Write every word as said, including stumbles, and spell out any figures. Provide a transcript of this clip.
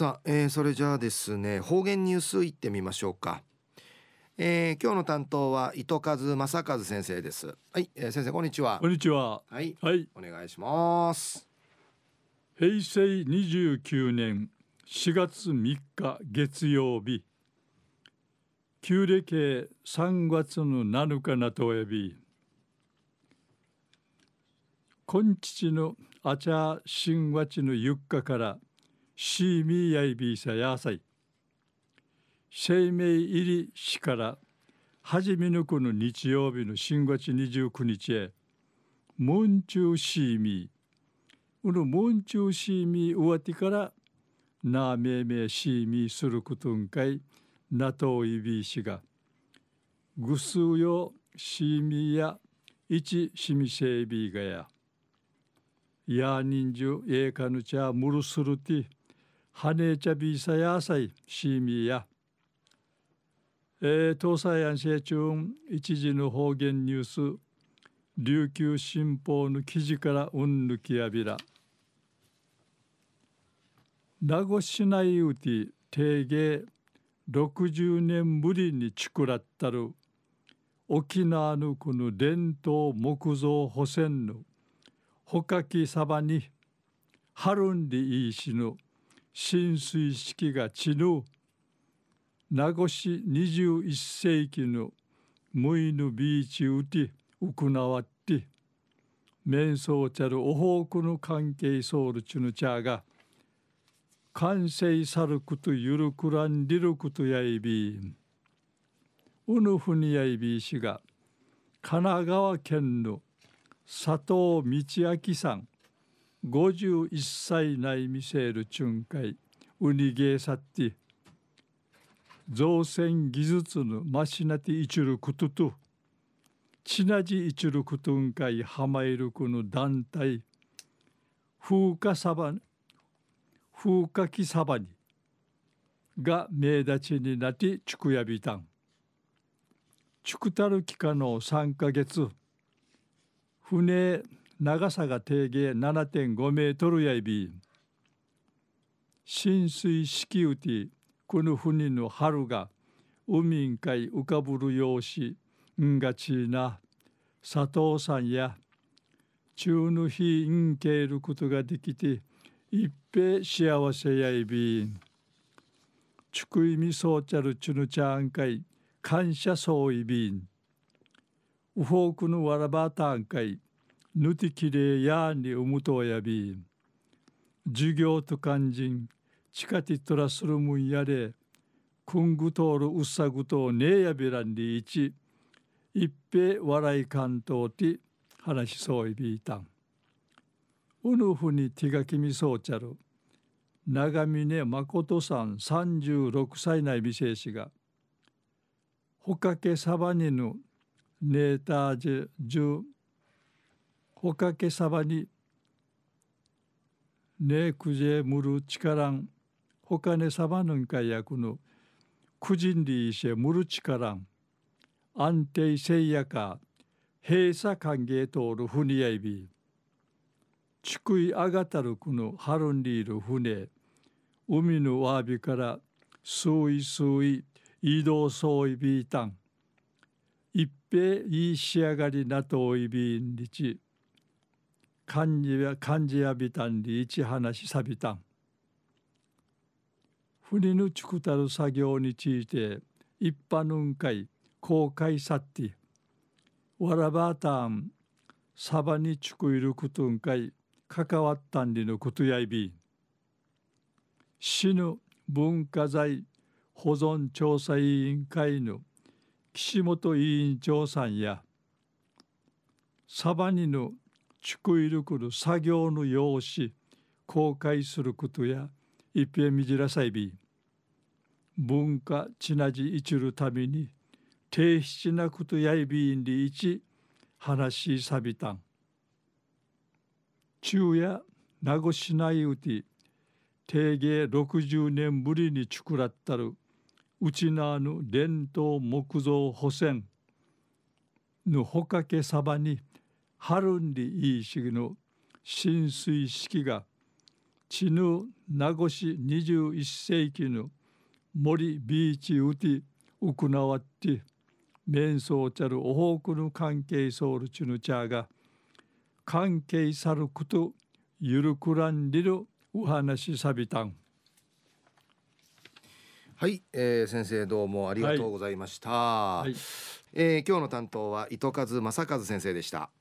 さあ、えーそれじゃあですね、方言ニュースいってみましょうか。えー今日の担当は糸数正和先生です。はい、えー先生こんにちは。 こんにちは。 はい、 はい。 お願いします。 平成にじゅうきゅうねんしがつみっか月曜日。旧暦さんがつのなのかなとおやび。今日のあちゃ新月のゆっかからしみやいびさやさい。生命入りしからはじめのこの日曜日の新月にじゅうくにちへ。ムンチューシーミー。このムンチューシーミー終わってからなめめしみすることんかいなといびしがぐすうよしみやいちしみせいびがややにんじゅえかぬちゃむるするてはねちゃびさやさいしみやえー、東西安社中一時の方言ニュース琉球新報の記事からうんぬきやびら名護市内うて定芸ろくじゅうねんぶりに作らったる沖縄のこの伝統木造保線のほかきさばに春んでいいしの浸水式がちぬ名護市にじゅういっせいきのむいぬビーチうてうくなわって面相ちゃるおほうくの関係ソウルチュヌチャーが完成さることゆるくらんりることやいびうぬふにやいびしが神奈川県の佐藤道明さんごじゅういっさい内見せる巡回うにげさって造船技術のマシナティイチュルクトとチナジイチュルクトン会ハマイルクの団体風化サバ風化キサバニが名立ちになってチクヤビタンチクタル期間のさんかげつ船長さが定芸 ななてんご メートルやいび浸水式うてこの船の春が海んかい浮かぶるようしんがちな佐藤さんや中の日んけることができて一平幸せやいびんちくいみそうちゃるちゅぬちゃんかい感謝そういびんうほうくのわらばたんかいぬてきれいやにうむとやびん授業と肝心ちかてとらするむんやれくんぐとおるうさぐとねえやびらんりいち一平笑いかんとうて話しそういびいたんうぬふに手がきみそうちゃる長峰誠さんさんじゅうろくさい内美生士がほかけさばにぬネータージュジュほかけさばにねくじえむるちからんほかねさばぬんかやくぬくじんりいしえむるちからん安定せいやか閉鎖歓迎とおるふにやいびちくいあがたるくの春にいる船海のわびからすいすい移動そういびいたん一平いい仕上がりなとおいびんりち漢字や漢字やびたんりいち話さびたん船のちくたる作業について一般のんかい公開さってわらばたんサバにちくいることんかい関わったんりのことやいび市の文化財保存調査委員会の岸本委員長さんやサバニのちくいるくる作業の様子公開することや一平みじらさいび文化ちなじいちるために低質なことやいびんりいち話しさびたん昼夜名護市内うて定芸ろくじゅうねんぶりに作らったるうちなぬ伝統木造保線のほかけさばに春んりいいしの浸水式がチヌ名護市にじゅういっ世紀の森ビーチウティウクナワッティメンソーチャルオホークヌ関係ソウルチュヌチャーが関係さることゆるくらんりるお話さびたん。 はい、えー、先生どうもありがとうございました、はいはい、えー、今日の担当は糸数正和先生でした。